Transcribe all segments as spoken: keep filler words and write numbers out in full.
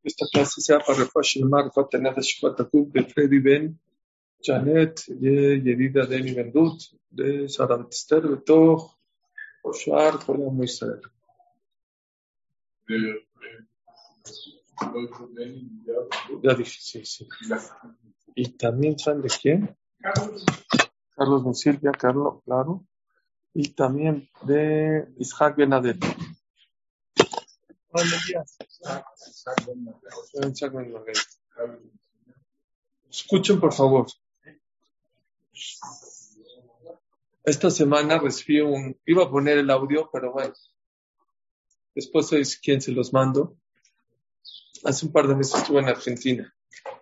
Esta clase sea para Refash el Mar, Fatanat Shpatakub de Freddy Ben, Janet, Yedida Deni Ben Ruth, de Sarah Tester, Betoch, Oshar, Kolam Israel. Ya dije, sí, sí. Y también, ¿saben de quién? Carlos Ben Silvia, Carlos, claro. Y también de Isaac Ben Adel. Buenos días. Isaac Ben Adel. Escuchen, por favor. Esta semana recibí un... Iba a poner el audio, pero bueno. Después es quien se los mando. Hace un par de meses estuve en Argentina.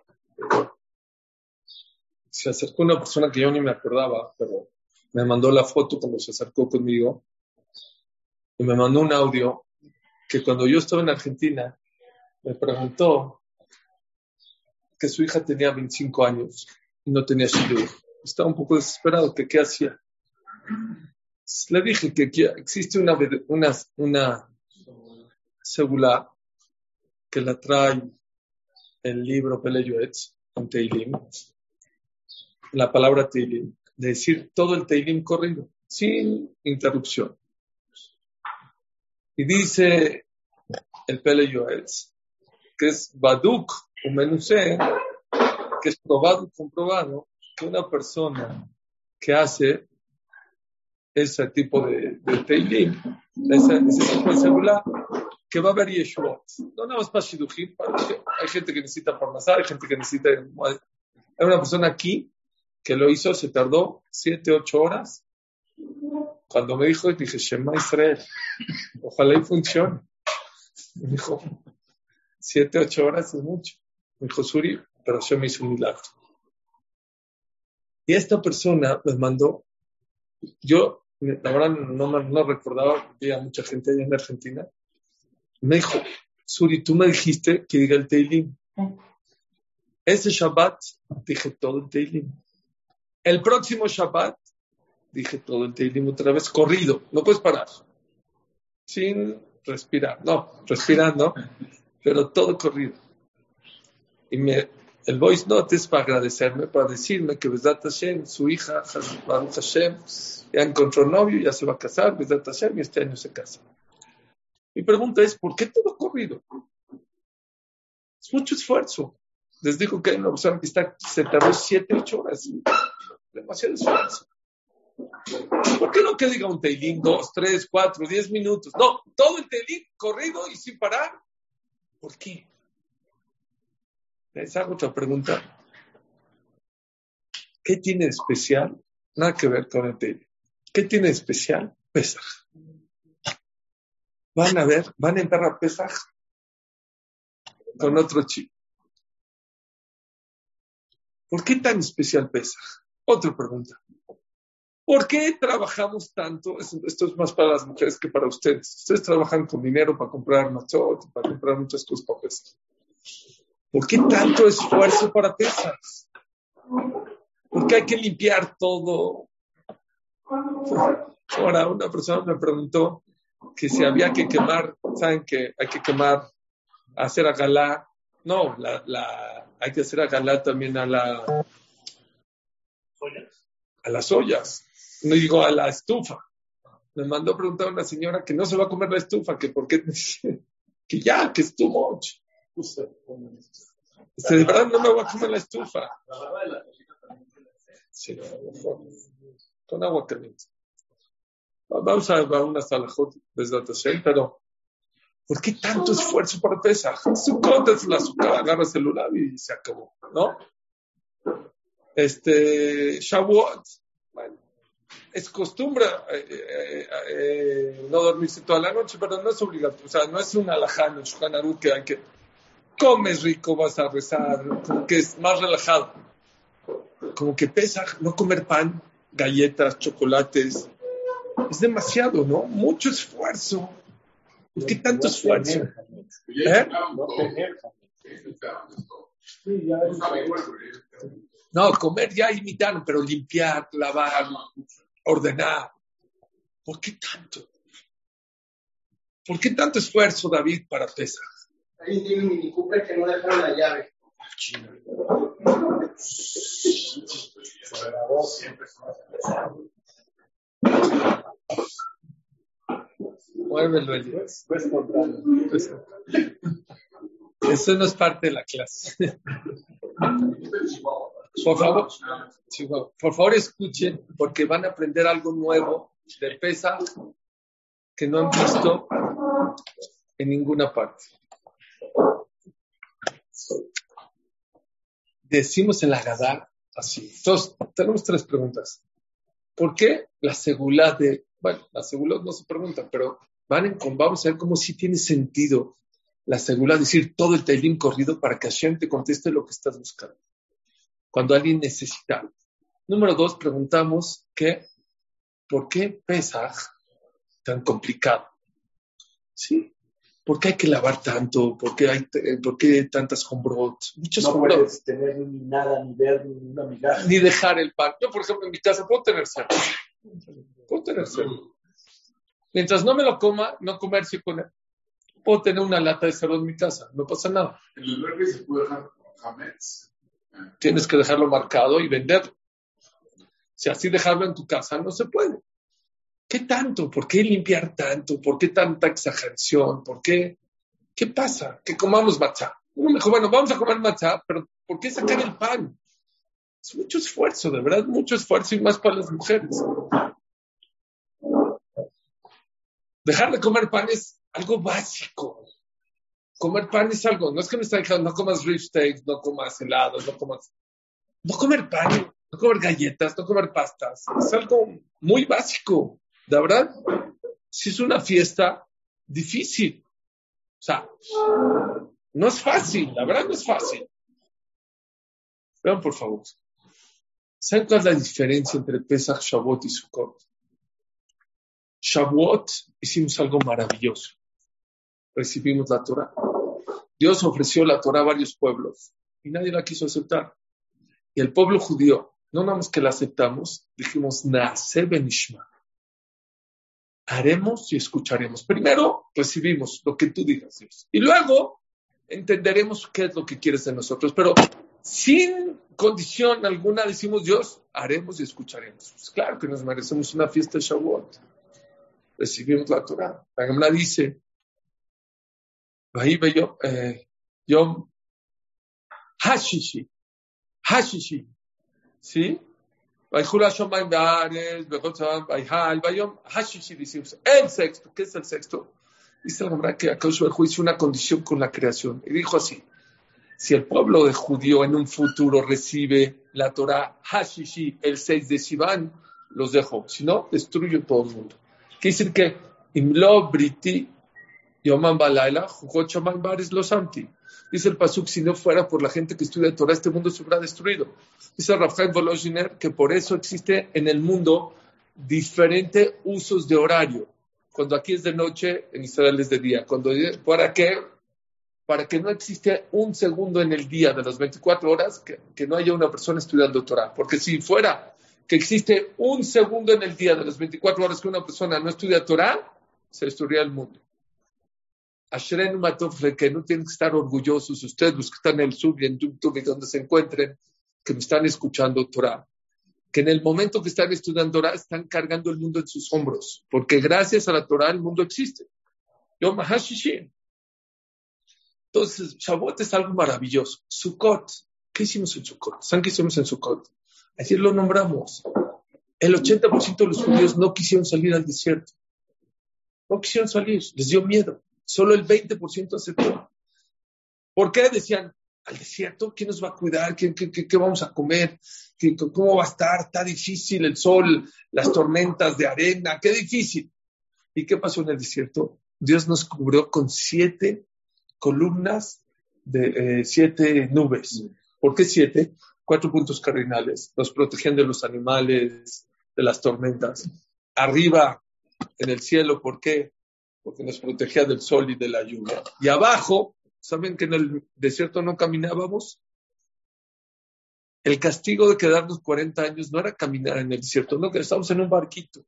Se acercó una persona que yo ni me acordaba, pero me mandó la foto cuando se acercó conmigo. Y me mandó un audio que cuando yo estaba en Argentina, me preguntó que su hija tenía veinticinco años y no tenía shidduch. Estaba un poco desesperado, que qué hacía. Le dije que existe una, una, una segula que la trae el libro Pele Yoetz, en Teilim, la palabra Teilim, de decir todo el Teilim corrido, sin interrupción. Y dice el Pele Yoetz, que es Baduk o Menusé, que es probado y comprobado que una persona que hace ese tipo de, de Teilim, ese, ese tipo de segula, que va a haber Yeshuot. No nada más para Shidduchim, hay gente que necesita Parnasá, hay gente que necesita... Hay una persona aquí que lo hizo, se tardó siete, ocho horas. Cuando me dijo, dije, Shema Israel, ojalá y funcione. Me dijo, siete, ocho horas es mucho. Me dijo, Suri, pero yo me hizo un milagro. Y esta persona me mandó, yo, la verdad, no, no recordaba, había mucha gente allá en Argentina. Me dijo, Suri, tú me dijiste que diga el Teilim. Ese Shabbat dije todo el Teilim. El próximo Shabbat dije todo el Teilim otra vez, corrido, no puedes parar. Sin respirar, no, respirando, pero todo corrido. Y me, el voice note es para agradecerme, para decirme que Bezat Hashem, su hija, Baruch Hashem, ya encontró novio, ya se va a casar, Bezat Hashem, y este año se casa. Mi pregunta es, ¿por qué todo corrido? Es mucho esfuerzo. Les digo que hay una persona que está, se tardó siete, ocho horas. Demasiado esfuerzo. ¿Por qué no que diga un Teilim, dos, tres, cuatro, diez minutos? No, todo el Teilim corrido y sin parar. ¿Por qué? Les hago otra pregunta. ¿Qué tiene de especial? Nada que ver con el Teilim. ¿Qué tiene de especial? Pesaj. Van a ver, van a entrar a Pesaj con otro chico. ¿Por qué tan especial Pesaj? Otra pregunta. ¿Por qué trabajamos tanto? Esto es más para las mujeres que para ustedes. Ustedes trabajan con dinero para comprar matzot, para comprar muchas cosas para Pesaj. ¿Por qué tanto esfuerzo para Pesaj? ¿Por qué hay que limpiar todo? Ahora, una persona me preguntó que si había que quemar, ¿saben que hay que quemar, hacer agalá? No, la, la, hay que hacer agalá también a la... a las ollas. No digo a la estufa. Me mandó a preguntar a una señora que no se va a comer la estufa, que por qué, que ya, que es too much. Este, de verdad no me voy a comer la estufa. Sí, con agua caliente. Vamos a ver unas talajot desde Tashem, pero ¿por qué tanto esfuerzo para Pesaj? Sukkot es la azúcar, agarra el celular y se acabó, ¿no? Este, Shavuot, bueno, es costumbre eh, eh, eh, no dormirse toda la noche, pero no es obligatorio, o sea, no es un alajá, no es un hanarut que hay que comes rico, vas a rezar, como que es más relajado, como que Pesaj, no comer pan, galletas, chocolates, es demasiado, ¿no? Mucho esfuerzo. ¿Por qué tanto esfuerzo? ¿Eh? No, comer ya imitaron, pero limpiar, lavar, ordenar. ¿Por qué tanto? ¿Por qué tanto esfuerzo, David, para Pesaj? Alguien tiene un Mini Cooper que no dejaron la llave. Muévelo, Elías. Eso no es parte de la clase. Por favor, por favor escuchen, porque van a aprender algo nuevo de Pesaj que no han visto en ninguna parte. Decimos en la Haggadá así. Entonces, tenemos tres preguntas. ¿Por qué la segulá de... Bueno, la segulá no se pregunta, pero van en, vamos a ver cómo sí tiene sentido la segulá, decir todo el Teilim corrido para que Hashem te conteste lo que estás buscando. Cuando alguien necesita. Número dos, preguntamos que ¿por qué Pesaj tan complicado? ¿Sí? ¿Por qué hay que lavar tanto? ¿Por qué hay por qué tantas hombrot? Muchos no hombrot. puedes tener ni nada, ni ver ni una migaja. Ni dejar el pan. Yo, por ejemplo, en mi casa puedo tener cerdo. Puedo tener cerdo. Mientras no me lo coma, no comercio con él. Puedo tener una lata de cerdo en mi casa. No pasa nada. En el refri se puede dejar hametz. Tienes que dejarlo marcado y venderlo. Si así dejarlo en tu casa, no se puede. ¿Qué tanto? ¿Por qué limpiar tanto? ¿Por qué tanta exageración? ¿Por qué? ¿Qué pasa? Que comamos matzá. Uno me dijo, bueno, vamos a comer matzá, pero ¿por qué sacar el pan? Es mucho esfuerzo, de verdad, mucho esfuerzo y más para las mujeres. Dejar de comer pan es algo básico. Comer pan es algo, no es que me está diciendo, no comas rib steaks, no comas helados, no comas... No comer pan, no comer galletas, no comer pastas. Es algo muy básico, de verdad. Si es una fiesta difícil. O sea, no es fácil, la verdad no es fácil. Vean, por favor. ¿Saben cuál es la diferencia entre Pesach, Shavuot y Sukkot? Shavuot hicimos algo maravilloso. Recibimos la Torah. Dios ofreció la Torah a varios pueblos y nadie la quiso aceptar. Y el pueblo judío, no nada más que la aceptamos, dijimos, Naaseh benishma. Haremos y escucharemos. Primero recibimos lo que tú digas, Dios. Y luego entenderemos qué es lo que quieres de nosotros. Pero sin condición alguna decimos, Dios, haremos y escucharemos. Pues claro que nos merecemos una fiesta de Shavuot. Recibimos la Torah. La Gemara dice, ahí veo eh, Yom Hashishi. Hashishi. ¿Sí? El sexto, ¿qué es el sexto? Dice la Gemara que Akadosh Baruj Hu hizo una condición con la creación y dijo así: si el pueblo de judío en un futuro recibe la Torah Hashishi, el seis de Sivan, los dejo, si no, destruyo todo el mundo. Quiere decir que Imlo Briti Yoman Balayla Jujot Shaman Bares Los Anti. Dice el Pasuk, si no fuera por la gente que estudia Torah, este mundo se hubiera destruido. Dice Rafael Volozhiner que por eso existe en el mundo diferentes usos de horario. Cuando aquí es de noche, en Israel es de día. Cuando, ¿para qué? Para que no existe un segundo en el día de las veinticuatro horas que, que no haya una persona estudiando Torah. Porque si fuera que existe un segundo en el día de las veinticuatro horas que una persona no estudia Torah, se destruiría el mundo. Ashrenu Matov, que no tienen que estar orgullosos ustedes, los que están en el sub y en YouTube y donde se encuentren, que me están escuchando Torah, que en el momento que están estudiando Torah están cargando el mundo en sus hombros, porque gracias a la Torah el mundo existe. Yom HaShishi. Entonces, Shavuot es algo maravilloso. Sukkot, ¿qué hicimos en Sukkot? ¿Saben qué hicimos en Sukkot? Ayer lo nombramos. El ochenta por ciento de los judíos no quisieron salir al desierto. No quisieron salir, les dio miedo. Solo el veinte por ciento aceptó. ¿Por qué? Decían, al desierto, ¿quién nos va a cuidar? ¿Qué, qué, qué, qué vamos a comer? ¿Qué, ¿Cómo va a estar? Está difícil el sol, las tormentas de arena, qué difícil. ¿Y qué pasó en el desierto? Dios nos cubrió con siete columnas de eh, siete nubes. ¿Por qué siete? Cuatro puntos cardinales. Nos protegían de los animales, de las tormentas. Arriba, en el cielo, ¿por qué? Porque nos protegía del sol y de la lluvia. Y abajo, ¿saben que en el desierto no caminábamos? El castigo de quedarnos cuarenta años no era caminar en el desierto, no, que estábamos en un barquito.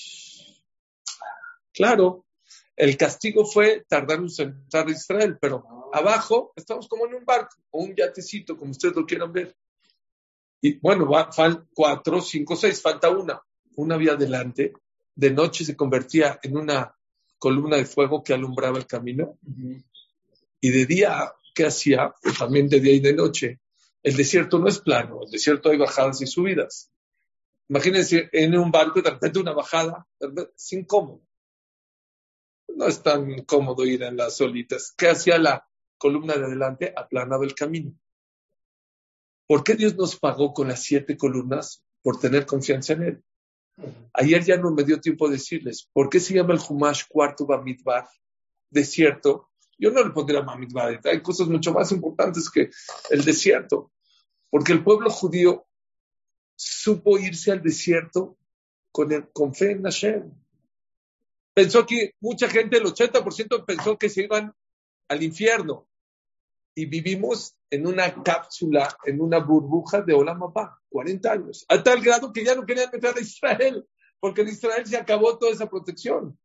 Claro, el castigo fue tardarnos en entrar a Israel, pero Abajo estamos como en un barco o un yatecito, como ustedes lo quieran ver. Y bueno, va, faltan cuatro, cinco, seis, falta una. Una había adelante. De noche se convertía en una columna de fuego que alumbraba el camino. Uh-huh. Y de día, ¿qué hacía? Pues también de día y de noche. El desierto no es plano, el desierto hay bajadas y subidas. Imagínense en un barco de repente una bajada, es incómodo. No es tan cómodo ir en las solitas. ¿Qué hacía la columna de adelante? Aplanaba el camino. ¿Por qué Dios nos pagó con las siete columnas? Por tener confianza en Él. Ayer ya no me dio tiempo de decirles, ¿por qué se llama el Humash cuarto Bamidbar? Desierto. Yo no le pondría Bamidbar, hay cosas mucho más importantes que el desierto. Porque el pueblo judío supo irse al desierto con, el, con fe en Hashem. Pensó que mucha gente, el ochenta por ciento pensó que se iban al infierno. Y vivimos en una cápsula, en una burbuja de Olam Haba, cuarenta años, a tal grado que ya no querían entrar a Israel, porque en Israel se acabó toda esa protección.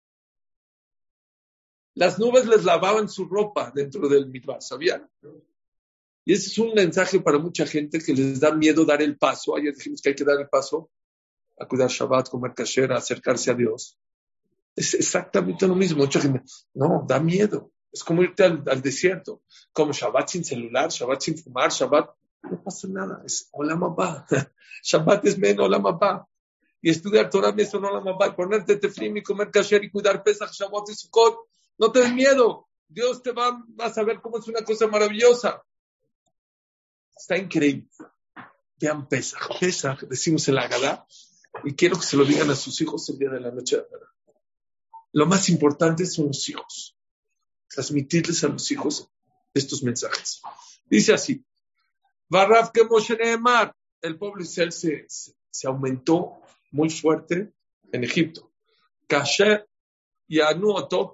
Las nubes les lavaban su ropa dentro del Midbar, ¿sabían? Y ese es un mensaje para mucha gente que les da miedo dar el paso. Ayer dijimos que hay que dar el paso a cuidar Shabbat, comer kasher, a acercarse a Dios. Es exactamente lo mismo. Mucha gente, no, da miedo. Es como irte al, al desierto, como Shabbat sin celular, Shabbat sin fumar, Shabbat, no pasa nada, es Olam Haba. Shabbat es menos Olam Haba. Y estudiar Torah es Olam Haba, y ponerte teflim y comer kasher y cuidar Pesach, Shabbat y Sukkot. No te den miedo, Dios te va, va a saber cómo es una cosa maravillosa. Está increíble. Vean Pesach, Pesach, decimos en la Haggadah, y quiero que se lo digan a sus hijos el día de la noche. Lo más importante son los hijos. Transmitirles a los hijos estos mensajes. Dice así, Barraf que Moshe Nehemar, el pueblo Israel se, se, se aumentó muy fuerte en Egipto. Kasher Yanu Oto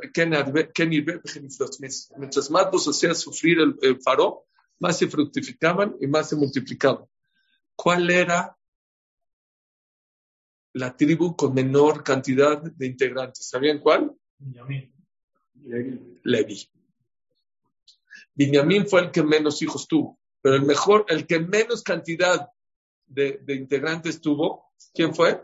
mientras más los hacía sufrir el, el faraón, más se fructificaban y más se multiplicaban. ¿Cuál era la tribu con menor cantidad de integrantes? ¿Sabían cuál? Benjamín. Levi. Binyamin fue el que menos hijos tuvo, pero el mejor, el que menos cantidad de, de integrantes tuvo, ¿quién fue?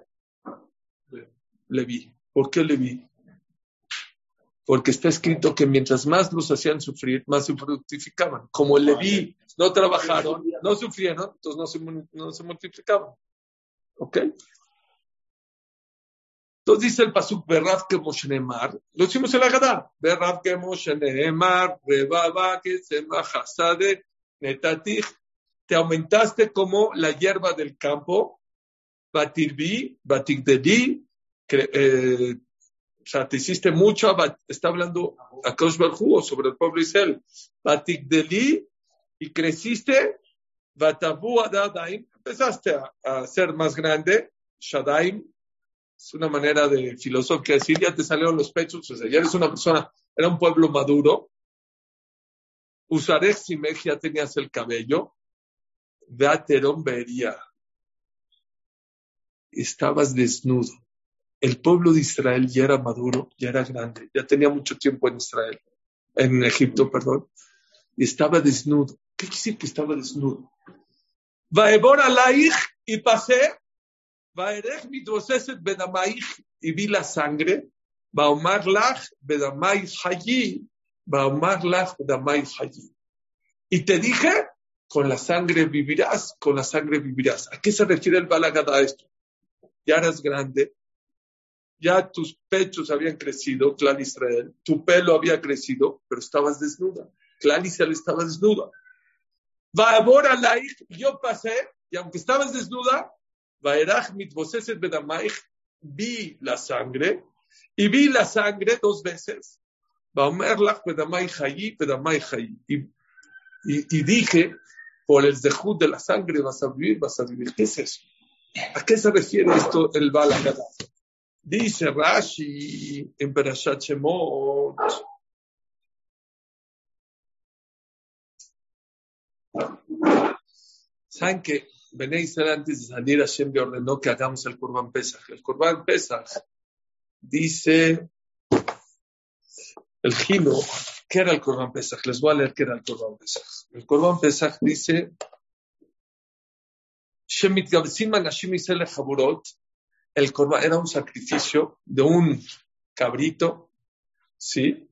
Levi. ¿Por qué Levi? Porque está escrito que mientras más los hacían sufrir, más se fructificaban. Como Levi no trabajaron, no sufrieron, entonces no se, no se multiplicaban. ¿Ok? Entonces dice el pasuk, Berrav que Moshe Nehemar, lo hicimos en la Haggadah, Berrav que Moshe Nehemar, Rebaba que Sema Hasade, Netatich, te aumentaste como la hierba del campo, Batirbi, Batigdeli, eh, o sea, te hiciste mucho, está hablando a Kosh Barjú sobre el pueblo Israel, Batigdeli, y creciste, Batabu Adadaim, empezaste a, a ser más grande, Shadaim, es una manera de filosofía decir, ya te salieron los pechos, o sea, ya eres una persona, era un pueblo maduro. Usarej Simej, ya tenías el cabello. Veaterón vería. Estabas desnudo. El pueblo de Israel ya era maduro, ya era grande, ya tenía mucho tiempo en Israel, en Egipto, perdón, y estaba desnudo. ¿Qué quiere decir que estaba desnudo? Vaebor alaich, y pasé. Vaerech mitvoseset bedamaich, y vi la sangre. Vaomar lach bedamai hayi, vaomar lach bedamai hayi. Y te dije, con la sangre vivirás, con la sangre vivirás. ¿A qué se refiere el Balagada a esto? Ya eras grande, ya tus pechos habían crecido, Clan Israel, tu pelo había crecido, pero estabas desnuda. Clan Israel estaba desnuda. Vaomar alaich, yo pasé, y aunque estabas desnuda, Vaerach mitvoseset bedamaich, vi la sangre, y vi la sangre dos veces. Vaomerlach bedamai hayi, bedamai hayi. Y, y, y dije, por el zehut de la sangre vas a vivir, vas a vivir. ¿Qué es eso? ¿A qué se refiere esto el Balagada? Dice Rashi en Perashat Shemot. ¿Saben que Bené Israel antes de salir Hashem le ordenó que hagamos el Corban Pesach? El Corban Pesach dice el Jino ¿Qué era el Corban Pesach? Les voy a leer qué era el Corban Pesach. El Corban Pesach dice, el Corban era un sacrificio de un cabrito, ¿sí?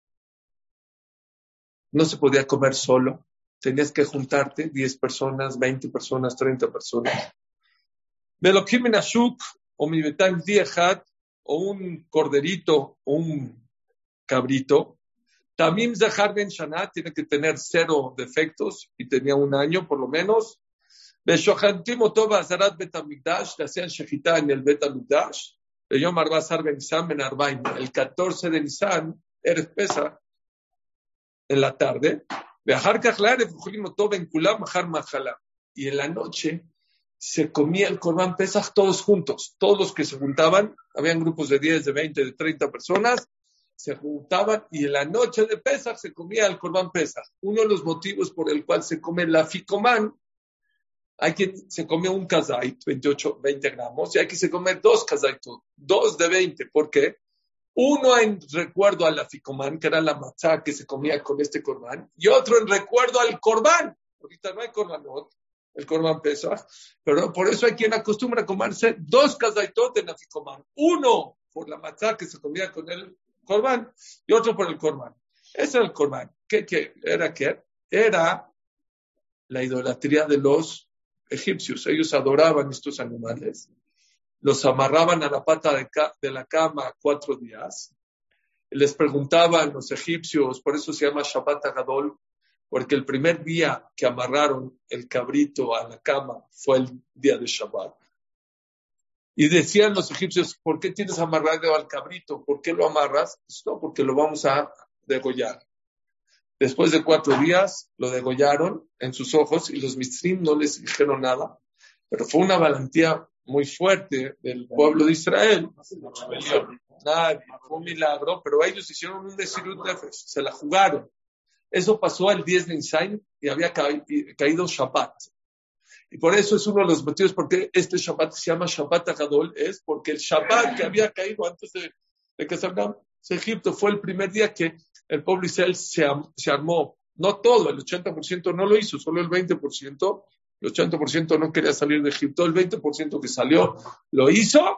No se podía comer solo. Tenías que juntarte diez personas, veinte personas, treinta personas. Velokim Ashuk, o mi betam diejat, o un corderito, o un cabrito. Tamim Zahar Ben Shana tiene que tener cero defectos y tenía un año por lo menos. Beshohantim Otova Azarat Betamigdash, le hacían shechita en el Betamigdash. Beyom Arba Sar Ben Nisan Ben Arbaim, el catorce de Nisan, Erev Pesach, en la tarde. Beahar Kachla Erev Uchulim Otova en Kulam Mahar Mahala. Y en la noche se comía el Corban Pesach todos juntos. Todos los que se juntaban, habían grupos de diez, de veinte, de treinta personas, se juntaban y en la noche de Pesach se comía el Corban Pesach. Uno de los motivos por el cual se come la ficomán, hay que se come un kazait, veintiocho, veinte gramos, y hay que se comer dos kazaitot, dos de veinte. ¿Por qué? Uno en recuerdo a la ficomán, que era la matzá que se comía con este Corban, y otro en recuerdo al Corban. Ahorita no hay Corbanot, el Corban Pesach, pero por eso hay quien acostumbra a comerse dos kazaitot en la ficomán. Uno por la matzá que se comía con el Corban y otro por el Corban. Ese era el Corban. ¿Qué, qué era qué? Era la idolatría de los egipcios. Ellos adoraban estos animales, los amarraban a la pata de, ca- de la cama cuatro días. Les preguntaban los egipcios, por eso se llama Shabbat Agadol, porque el primer día que amarraron el cabrito a la cama fue el día de Shabbat. Y decían los egipcios, ¿por qué tienes amarrado al cabrito? ¿Por qué lo amarras? No, porque lo vamos a degollar. Después de cuatro días lo degollaron en sus ojos y los mitzrim no les dijeron nada. Pero fue una valentía muy fuerte del pueblo de Israel. Nadie, fue un milagro, pero ellos hicieron un desirut nefesh, se la jugaron. Eso pasó el diez de Nisan y había ca- caído Shabbat. Y por eso es uno de los motivos por qué este Shabbat se llama Shabbat Agadol, es porque el Shabbat que había caído antes de, de que salgamos de Egipto fue el primer día que el pueblo de Israel se, se armó. No todo, el ochenta por ciento no lo hizo, solo el veinte por ciento. El ochenta por ciento no quería salir de Egipto, el veinte por ciento que salió lo hizo.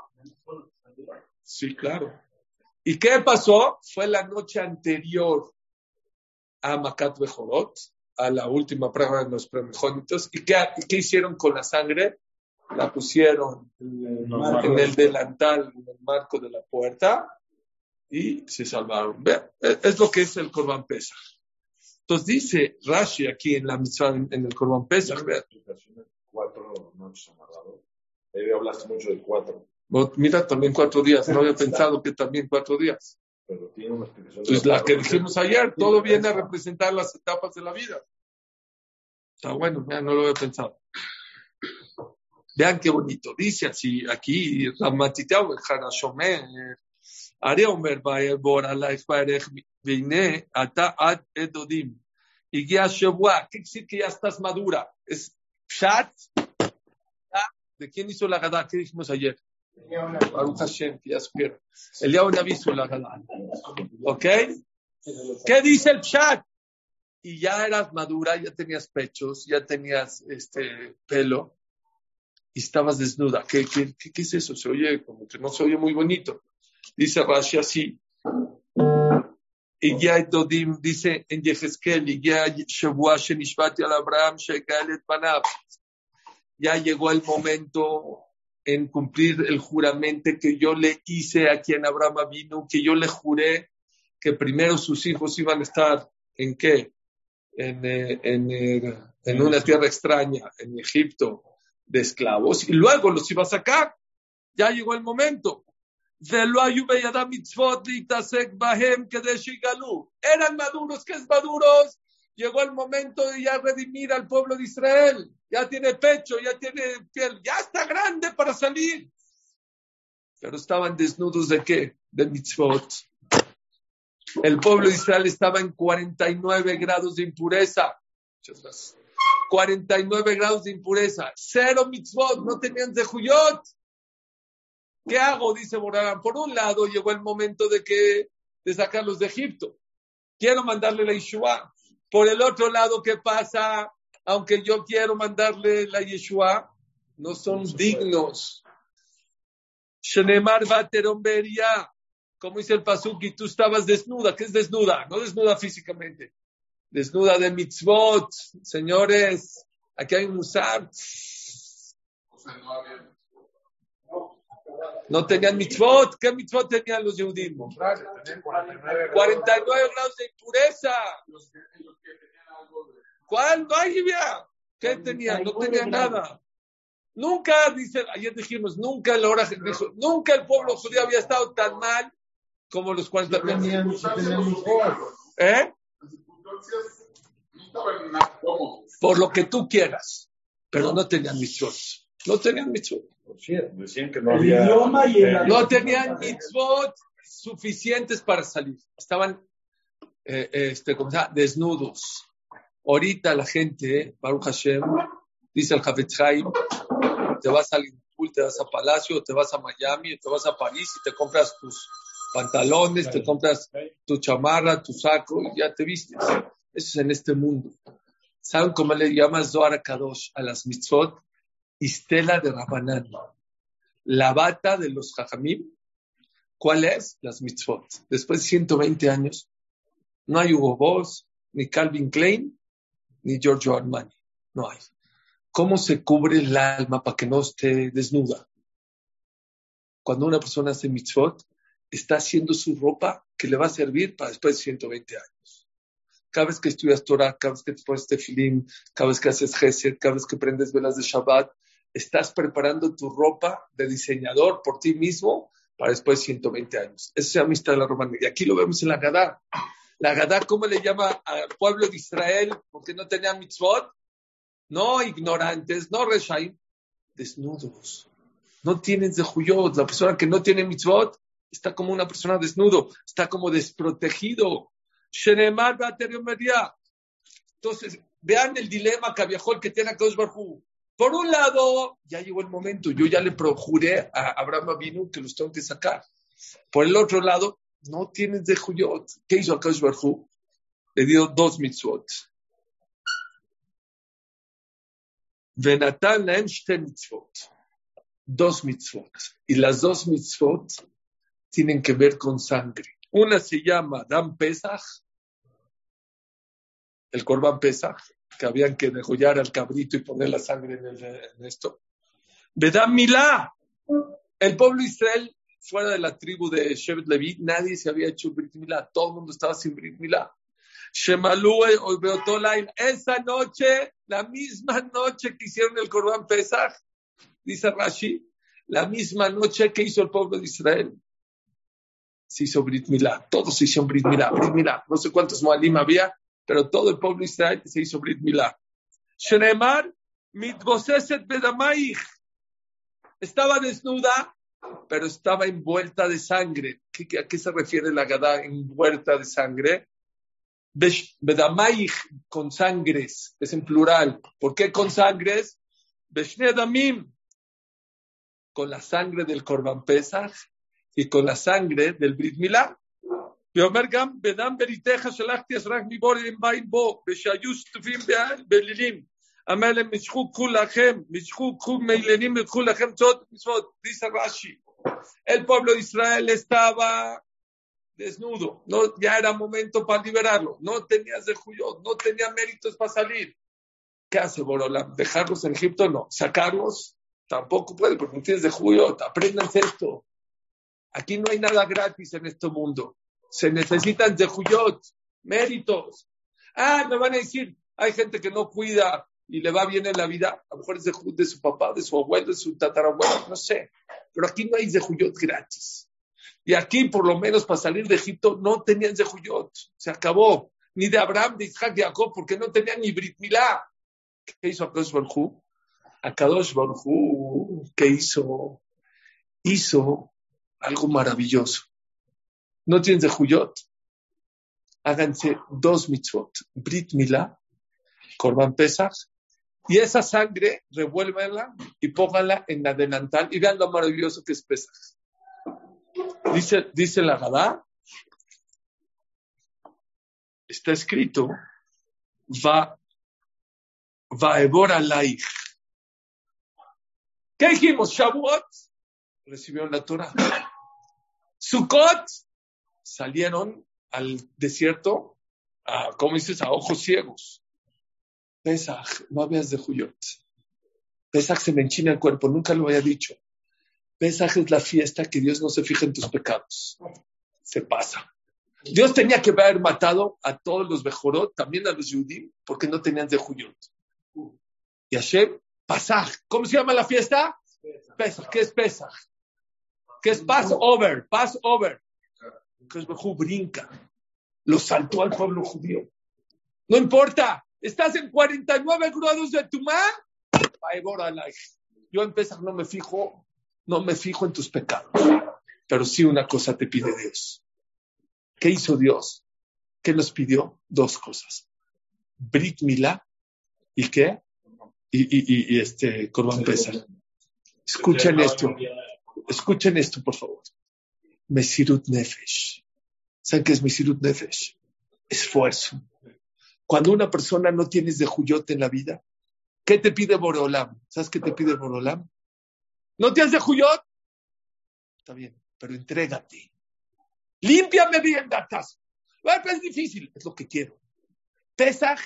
Sí, claro. ¿Y qué pasó? Fue la noche anterior a Makat Bejorot, a la última prueba de los primogénitos. ¿Y qué, y qué hicieron con la sangre? La pusieron en el delantal, en el marco de la puerta y se salvaron. Vean, es lo que es el Corban Pesach. Entonces dice Rashi aquí en la mitzvah, en, en el Corban Pesach. Vean. Cuatro noches amarrado. Ahí hablaste mucho de cuatro. Mira, también cuatro días. No había pensado que también cuatro días. Pero tiene una explicación. Entonces, la que dijimos ayer, todo viene a representar las etapas de la vida. Está bueno, ya no lo había pensado. Vean qué bonito. Dice así, aquí, Ramatitau, Harashomer, Are Omer, Bora, Laich, Baerech, Vine, Ata, Ad, Edodim. Y Guía Shebua, ¿qué quiere decir que ya estás madura? Es Pshat. ¿De quién hizo la Gadá? ¿Qué dijimos ayer? Baruch Hashem, que ya supieron. Eliyahu Naví hizo la Gadá. ¿Ok? ¿Qué dice el Pshat? Y ya eras madura, ya tenías pechos, ya tenías este pelo y estabas desnuda. ¿Qué, qué, qué, qué es eso? Se oye como que no se oye muy bonito. Dice Rashi así. Y ya Dodim dice en Yehezkel, y ya Shavua Shenishvati al Abraham Shegalet Panav. Ya llegó el momento en cumplir el juramento que yo le hice a quien Abraham vino, que yo le juré que primero sus hijos iban a estar ¿en qué? En, eh, en, eh, en una tierra extraña, en Egipto, de esclavos, y luego los iba a sacar. Ya llegó el momento. Eran maduros, ¿qué es maduros? Llegó el momento de ya redimir al pueblo de Israel. Ya tiene pecho, ya tiene piel, ya está grande para salir. Pero estaban desnudos de qué? De mitzvot. El pueblo de Israel estaba en cuarenta y nueve grados de impureza. Muchas gracias. cuarenta y nueve grados de impureza. Cero mitzvot, no tenían zehuyot. ¿Qué hago? Dice Borarán. Por un lado, llegó el momento de que de sacarlos de Egipto. quiero mandarle la Yeshua. Por el otro lado, ¿qué pasa? Aunque yo quiero mandarle la Yeshua, no son no dignos. Shenemar Bateromberia, como dice el pasuk, y tú estabas desnuda. ¿Qué es desnuda? No desnuda físicamente, desnuda de mitzvot. Señores, aquí hay un musar. O sea, no había. No tenían mitzvot. ¿Qué mitzvot tenían los Yehudim? cuarenta y nueve grados de impureza. Los que, los que tenían algo de. ¿Cuál? No hay idea. ¿Qué tenían? No tenían nada. Nunca, dice, ayer dijimos, nunca el hora, dijo, nunca el pueblo judío había estado tan mal como los cuarenta y nueve. ¿Eh? Las circunstancias no estaban nada cómodas. Por lo que tú quieras, pero no tenían mitzvot. No tenían mitzvot. Decían que no había. No tenían mitzvot suficientes para salir. Estaban eh, este, ¿cómo se llama? Desnudos. Ahorita la gente, Baruch Hashem, dice el Hafetz Haim, te vas a Liverpool, te vas a Palacio, te vas a Miami, te vas a París y te compras tus pantalones, te compras tu chamarra, tu saco y ya te vistes. Eso es en este mundo. ¿Saben cómo le llama Zohar Kadosh a las mitzvot? Istela de Rabanán. La bata de los Jajamim. ¿Cuál es? Las mitzvot. Después de ciento veinte años, no hay Hugo Boss, ni Calvin Klein, ni Giorgio Armani. No hay. ¿Cómo se cubre el alma para que no esté desnuda? Cuando una persona hace mitzvot, está haciendo su ropa que le va a servir para después de ciento veinte años. Cada vez que estudias Torah, cada vez que te pones tefilim, cada vez que haces gesed, cada vez que prendes velas de Shabbat, estás preparando tu ropa de diseñador por ti mismo para después de ciento veinte años. Eso se llama amistad de la Romana. Y aquí lo vemos en la Gadá. La Gadá, ¿cómo le llama al pueblo de Israel? Porque no tenían mitzvot. No ignorantes, no reshaim, desnudos. No tienen zehuyot. La persona que no tiene mitzvot está como una persona desnudo, está como desprotegido. Shenemar Bateriomeria. Entonces, vean el dilema que viajó el que tiene a Kadosh Baruj Hu. Por un lado, ya llegó el momento, yo ya le projuré a Abraham Avinu que los tengo que sacar. Por el otro lado, no tienes zehuyot. ¿Qué hizo a Kadosh Baruj Hu? Le dio dos mitzvot. Venatan lahem shte mitzvot. Dos mitzvot. Y las dos mitzvot tienen que ver con sangre. Una se llama Dam Pesach, el Corban Pesach, que habían que degollar al cabrito y poner la sangre en, el, en esto. Vedam Milá. El pueblo de Israel, fuera de la tribu de Shevet Levi, nadie se había hecho Brit Milá. Todo el mundo estaba sin Brit Milá. Shemalú Beotolain. Esa noche, la misma noche que hicieron el Corban Pesach, dice Rashi, la misma noche que hizo el pueblo de Israel, se hizo Brit Milá. Todos se hicieron Brit Milá, Brit Milá. No sé cuántos Moalim había, pero todo el pueblo de Israel se hizo Brit Milá. Shenemar mitgoseset bedamaich. Estaba desnuda, pero estaba envuelta de sangre. ¿Qué, ¿A qué se refiere la Gadá envuelta de sangre? Bedamaich, con sangres, es en plural. ¿Por qué con sangres? Beshne damim, con la sangre del Corban Pesach y con la sangre del Brit Milá. ואומר גם, בדם בריתך שלחתי אסרק מבורא עם בין בו, ושהיו שטופים בלילים. אמר להם, משכו קחו לכם, משכו קחו מילנים וקחו לכם צעות מצוות. Dice Rashi, el pueblo de Israel estaba desnudo, no, ya era momento para liberarlo, no tenía zehuyot, no tenía méritos para salir. ¿Qué hace Borolam? ¿Dejarlos en Egipto? No. ¿Sacarlos? Tampoco puede, porque no tienes zehuyot. Apréndanse esto. Aquí no hay nada gratis en este mundo. Se necesitan zehuyot, méritos. Ah, me van a decir, hay gente que no cuida y le va bien en la vida. A lo mejor es zehuyot de su papá, de su abuelo, de su tatarabuelo, no sé. Pero aquí no hay zehuyot gratis. Y aquí, por lo menos, para salir de Egipto, no tenían zehuyot. Se acabó. Ni de Abraham, de Isaac, de Jacob, porque no tenían ni Brit Milá. ¿Qué hizo Akadosh Baruj Hu? Akadosh Baruj Hu, ¿qué hizo? Hizo algo maravilloso. No tienen zehuyot. Háganse dos mitzvot. Brit Milá, Corban Pesach, y esa sangre, revuélvanla y pónganla en la delantal y vean lo maravilloso que es Pesach. Dice, dice la Gadá, está escrito, va, va ebor alaich. ¿Qué dijimos? Shavuot recibieron la Torah. Sukkot salieron al desierto, a, ¿cómo dices? A ojos ciegos. Pesach, no habías de Juyot. Pesach se me enchina el cuerpo, nunca lo había dicho. Pesach es la fiesta que Dios no se fija en tus pecados. Se pasa. Dios tenía que haber matado a todos los Bejorot, también a los Yudim, porque no tenían de Juyot. Y Hashem, Pasaj. ¿Cómo se llama la fiesta? Pesach. ¿Qué es Pesach? ¿Qué es Passover? Passover. Entonces Bejú brinca. Lo saltó al pueblo judío. No importa. Estás en cuarenta y nueve grados de Tumá. Yo en Pesach no me fijo, no me fijo en tus pecados. Pero sí una cosa te pide Dios. ¿Qué hizo Dios? ¿Qué nos pidió? Dos cosas. Brit Milá y qué? Y, y, y, y este Corban Pesach. Escuchen esto. Escuchen esto, por favor. Mesirut Nefesh. ¿Saben qué es Mesirut Nefesh? Esfuerzo. Cuando una persona no tienes de Juyot en la vida, ¿qué te pide Boreolam? ¿Sabes qué te pide Boreolam? ¿No tienes de Juyot? Está bien, pero entrégate. Límpiame bien, gatas. Es difícil, es lo que quiero. Pesach,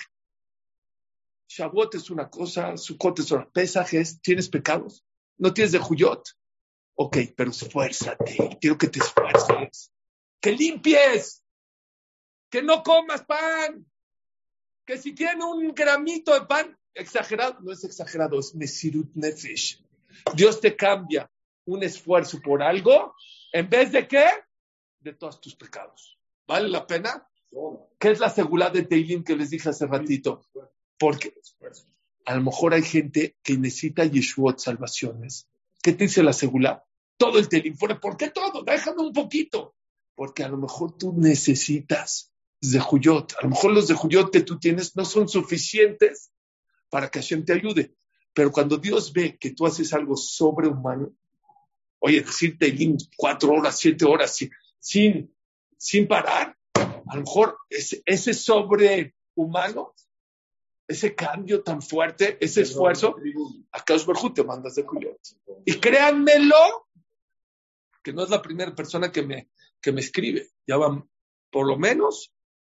Shavuot es una cosa, Sukkot es otra. Pesach es, ¿tienes pecados? ¿No tienes de Juyot? Ok, pero esfuérzate. Quiero que te esfuerces. Que limpies. Que no comas pan. Que si tiene un gramito de pan, exagerado, no es exagerado, es Mesirut Nefesh. Dios te cambia un esfuerzo por algo, en vez de ¿qué? De todos tus pecados. ¿Vale la pena? ¿Qué es la segulá de Teilim que les dije hace ratito? Porque a lo mejor hay gente que necesita Yeshuot, salvaciones. ¿Qué te dice la segulá? Todo el Teilim fuera. ¿Por qué todo? Déjame un poquito. Porque a lo mejor tú necesitas Zehuyot. A lo mejor los Zehuyot que tú tienes no son suficientes para que Hashem te ayude. Pero cuando Dios ve que tú haces algo sobrehumano, oye, decir Teilim cuatro horas, siete horas, sin, sin, sin parar, a lo mejor ese, ese sobrehumano, ese cambio tan fuerte, ese esfuerzo, a Kadosh Baruj Hu te mandas Zehuyot. Y créanmelo, que no es la primera persona que me, que me escribe. Ya van por lo menos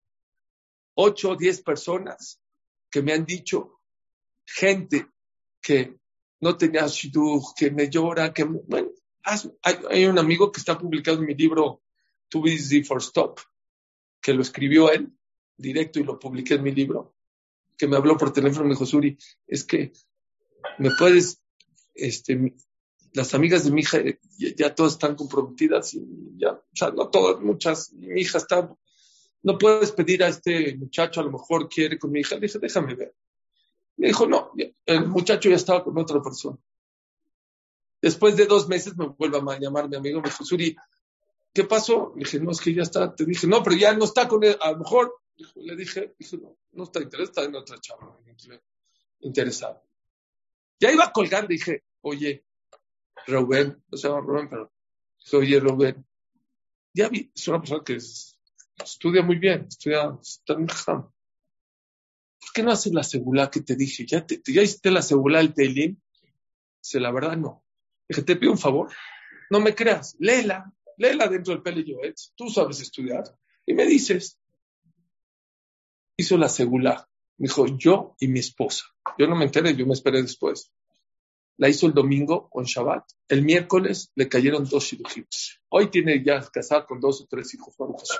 ocho o diez personas que me han dicho, gente que no tenía shidduch, que me llora, que, bueno, haz, hay, hay un amigo que está publicado en mi libro Too Busy for Stop, que lo escribió él, directo, y lo publiqué en mi libro, que me habló por teléfono y me dijo, Suri, es que me puedes, este, las amigas de mi hija ya, ya todas están comprometidas, y ya, o sea, no todas, muchas, y mi hija está, no puedes pedir a este muchacho, a lo mejor quiere con mi hija. Le dije, déjame ver. Me dijo, no, el muchacho ya estaba con otra persona. Después de dos meses me vuelve a llamar mi amigo, me dijo, Suri, ¿qué pasó? Le dije, no, es que ya está. Te dije, no, pero ya no está con él. A lo mejor, le dije, dije no, no está interesado, está en otra chava, interesado. Ya iba colgando, dije, oye, Rubén, no se llama Rubén, pero dije, oye, Rubén, ya vi, es una persona que es, estudia muy bien, estudia, está en Ham. ¿Por qué no haces la segulá que te dije? ¿Ya, te, ya hiciste la segulá del Teilim? Dice, la verdad no. Dije, te pido un favor, no me creas, léela, léela dentro del Pele Yoetz, tú sabes estudiar, y me dices. Hizo la segulá, me dijo, yo y mi esposa. Yo no me enteré, yo me esperé después. La hizo el domingo con Shabbat. El miércoles le cayeron dos shidduchim. Hoy tiene ya casada con dos o tres hijos.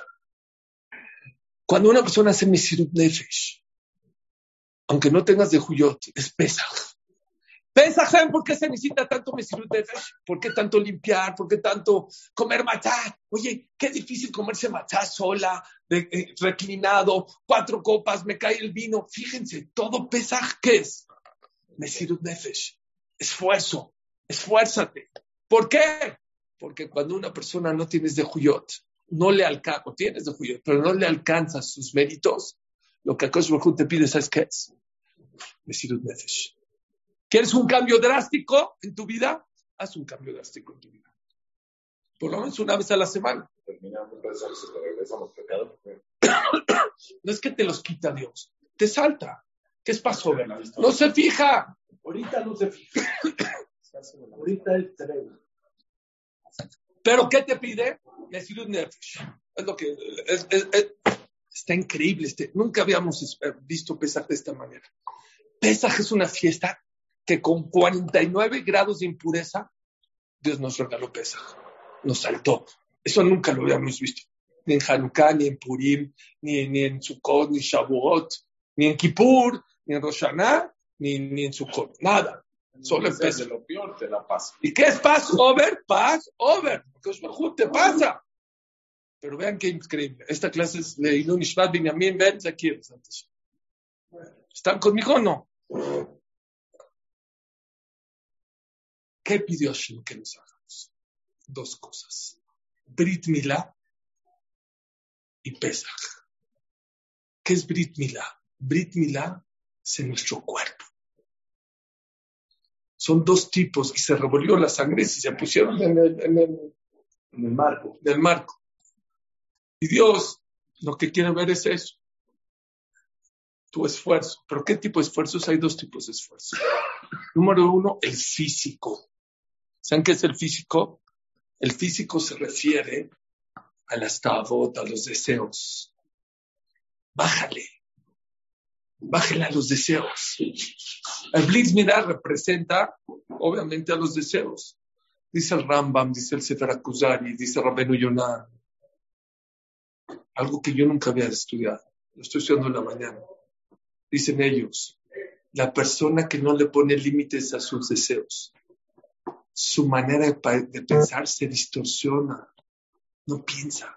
Cuando una persona hace Mesirut Nefesh, aunque no tengas de Juyot, es Pesach. Pesach, ¿saben por qué se necesita tanto Mesirut Nefesh? ¿Por qué tanto limpiar? ¿Por qué tanto comer matzá? Oye, qué difícil comerse matzá sola, de, eh, reclinado, cuatro copas, me cae el vino. Fíjense, todo Pesach, ¿qué es? Mesirut Nefesh. Esfuerzo, esfuérzate. ¿Por qué? Porque cuando una persona no tiene de Juyot, no le alcanza, o tienes de Juyot, pero no le alcanza sus méritos, lo que Akadosh Baruj Hu te pide, ¿sabes qué es? Mesirut Nefesh. ¿Quieres un cambio drástico en tu vida? Haz un cambio drástico en tu vida. Por lo menos una vez a la semana. Terminando, se te regresan los pecados. No es que te los quita Dios, te salta. ¿Qué es Passover? No se fija. Ahorita no se fija. Ahorita el cerebro. ¿Pero qué te pide? Mesirut Nefesh. Es lo que... Es, es, es, está increíble. Este, nunca habíamos visto Pesaj de esta manera. Pesaj es una fiesta que con cuarenta y nueve grados de impureza, Dios nos regaló Pesaj. Nos saltó. Eso nunca lo habíamos visto. Ni en Hanukkah, ni en Purim, ni, ni en Sukkot, ni Shavuot, ni en Kippur, ni en Rosh Hashanah, ni, ni en Sukkot. Nada. Solo en Pesaj. De lo peor te la pasa. ¿Y qué es Passover? Passover. Porque te pasa. Pero vean qué increíble. Esta clase es de Ilun Ishvat Binyamin Ben Zakir. ¿Están conmigo o no? ¿Qué pidió Hashem que nos hagamos? Dos cosas. Brit Milá y Pesaj. ¿Qué es Brit Milá? Brit Milá es en nuestro cuerpo. Son dos tipos y se revolvió la sangre y se pusieron en el, en el, en el marco. En el marco. Y Dios lo que quiere ver es eso. Tu esfuerzo. ¿Pero qué tipo de esfuerzos? Hay dos tipos de esfuerzo. Número uno, el físico. ¿Saben qué es el físico? El físico se refiere a las tabot, a los deseos. Bájale. Bájale a los deseos. El Blitz Mirá representa, obviamente, a los deseos. Dice el Rambam, dice el Sefer HaKuzari, dice Rabbeinu Yonah. Algo que yo nunca había estudiado. Lo estoy estudiando en la mañana. Dicen ellos, la persona que no le pone límites a sus deseos, su manera de, de pensar se distorsiona. No piensa.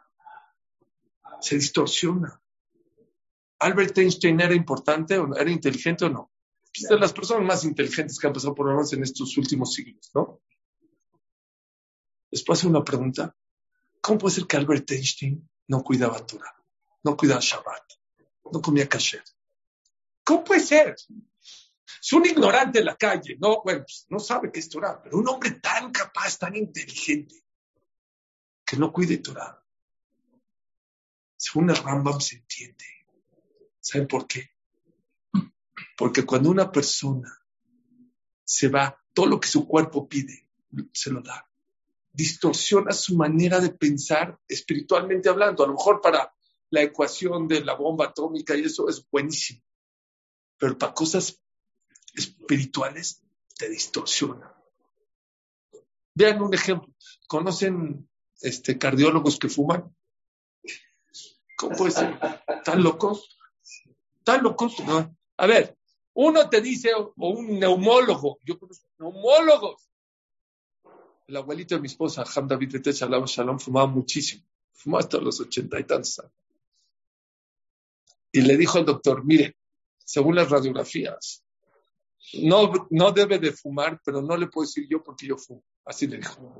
Se distorsiona. ¿Albert Einstein era importante o no? ¿Era inteligente o no? Es de las personas más inteligentes que han pasado por lo menos en estos últimos siglos, ¿no? Les puedo hacer una pregunta. ¿Cómo puede ser que Albert Einstein no cuidaba Torah, no cuidaba Shabbat, no comía kasher? ¿Cómo puede ser? Es un ignorante en la calle, no, bueno, pues, no sabe qué es Torah, pero un hombre tan capaz, tan inteligente, que no cuide Torah. Según el Rambam se entiende. ¿Saben por qué? Porque cuando una persona se va, todo lo que su cuerpo pide, se lo da. Distorsiona su manera de pensar espiritualmente hablando. A lo mejor para la ecuación de la bomba atómica y eso es buenísimo. Pero para cosas espirituales te distorsiona. Vean un ejemplo. ¿Conocen este, cardiólogos que fuman? ¿Cómo puede ser? ¿Tan locos? ¿Tan locos? No. A ver, uno te dice, o un neumólogo, yo conozco neumólogos. El abuelito de mi esposa, Ham David Betet Shalom Shalom, fumaba muchísimo. Fumaba hasta los ochenta y tantos años. Y le dijo al doctor, mire, según las radiografías, no, no debe de fumar, pero no le puedo decir yo porque yo fumo. Así le dijo.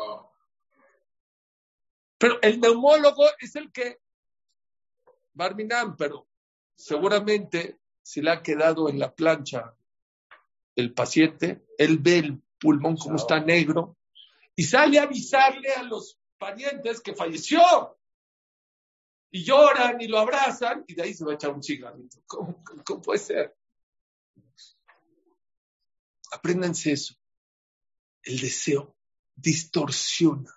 Pero el neumólogo es el que Barminan, pero seguramente si le ha quedado en la plancha el paciente, él ve el pulmón como está negro y sale a avisarle a los parientes que falleció. Y lloran y lo abrazan y de ahí se va a echar un cigarrito. ¿Cómo, cómo puede ser? Apréndanse eso. El deseo distorsiona.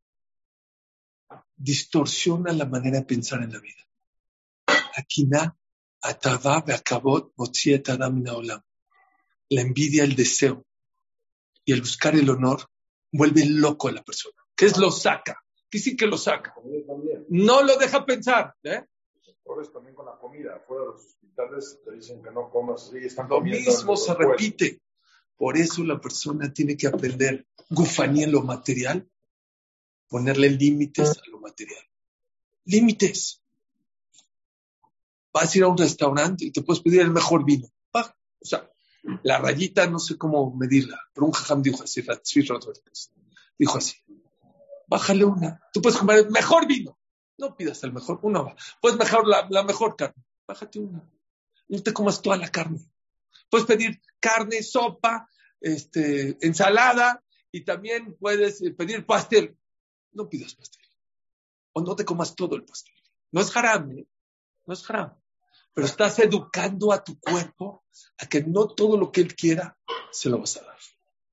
Distorsiona la manera de pensar en la vida. Akiná, atavá, be'akavot, motziet adam min haolam. La envidia, el deseo y el buscar el honor vuelve loco a la persona. ¿Qué es lo saca? ¿Qué sí que lo saca? No lo deja pensar. ¿eh? Por eso también con la comida. Fuera de los hospitales te dicen que no comas. Sí, están lo mismo se repite. Por eso la persona tiene que aprender gufaní en lo material, ponerle límites a lo material. Límites. Vas a ir a un restaurante y te puedes pedir el mejor vino. Baja. O sea, la rayita no sé cómo medirla, pero un jajam dijo así, dijo así, bájale una. Tú puedes comer el mejor vino. No pidas el mejor, una va. Puedes mejor la, la mejor carne. Bájate una. No te comas toda la carne. Puedes pedir carne, sopa, este, ensalada y también puedes pedir pastel. No pidas pastel. O no te comas todo el pastel. No es haram, ¿eh? No es haram. Pero estás educando a tu cuerpo a que no todo lo que él quiera se lo vas a dar.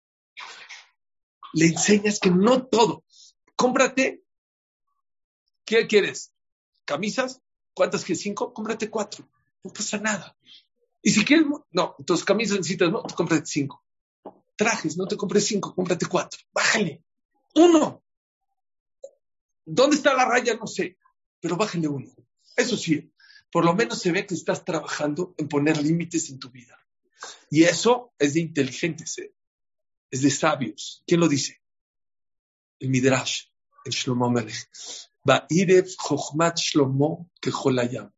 Le enseñas que no todo. Cómprate. ¿Qué quieres? ¿Camisas? ¿Cuántas que cinco? Cómprate cuatro. No pasa nada. Y si quieres, no, entonces camisas necesitas, no, te cómprate cinco. Trajes, no te compres cinco, cómprate cuatro. Bájale. Uno. ¿Dónde está la raya? No sé. Pero bájale uno. Eso sí, por lo menos se ve que estás trabajando en poner límites en tu vida. Y eso es de inteligentes, ¿eh? Es de sabios. ¿Quién lo dice? El Midrash, el Shlomo Melech. Ba'irev Chochmat Shlomo Kecholayam.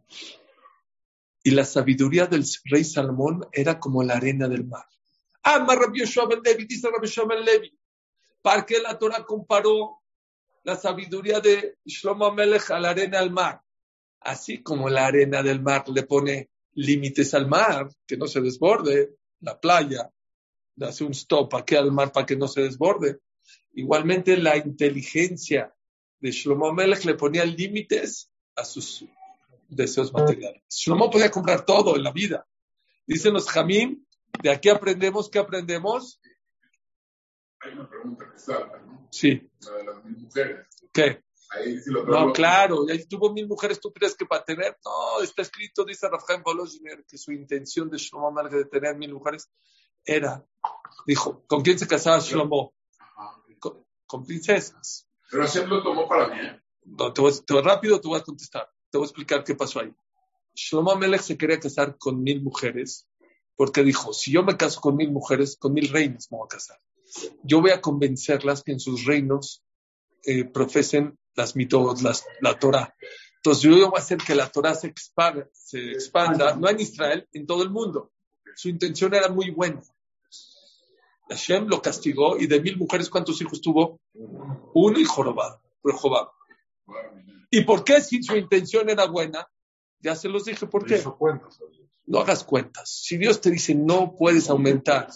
Y la sabiduría del rey Salomón era como la arena del mar. Ah, Rabbi Yoshua ben Levi, dice Rabbi Yoshua ben Levi. ¿Para qué la Torah comparó la sabiduría de Shlomo Melech a la arena del mar? Así como la arena del mar le pone límites al mar, que no se desborde, la playa, le hace un stop aquí al mar para que no se desborde. Igualmente la inteligencia de Shlomo Melech le ponía límites a sus deseos materiales. Shlomo podía comprar todo en la vida. Dicen los Jamim, de aquí aprendemos, ¿qué aprendemos? Hay una pregunta que salta, ¿no? Sí. La de las mil mujeres. ¿Qué? Ahí sí lo No, lo... claro, y ahí tuvo mil mujeres, ¿tú crees que para tener? No, está escrito, dice Rafael Bolosiner, que su intención de Shlomo Melech de tener mil mujeres era, dijo, ¿con quién se casaba Shlomo? Con, con princesas. Pero Hashem lo tomó para mí, ¿eh? No, te voy, te voy, rápido te voy a contestar, te voy a explicar qué pasó ahí. Shlomo Melech se quería casar con mil mujeres, porque dijo, si yo me caso con mil mujeres, con mil reinas me voy a casar. Yo voy a convencerlas que en sus reinos eh, profesen las mitos, las, la Torah. Entonces yo voy a hacer que la Torah se expanda, se expanda, no en Israel, en todo el mundo. Su intención era muy buena. Hashem lo castigó y de mil mujeres, ¿cuántos hijos tuvo? Uno y jorobado, Rehobab. ¿Y por qué si su intención era buena? Ya se los dije, ¿por qué? No hagas cuentas. Si Dios te dice no puedes aumentar,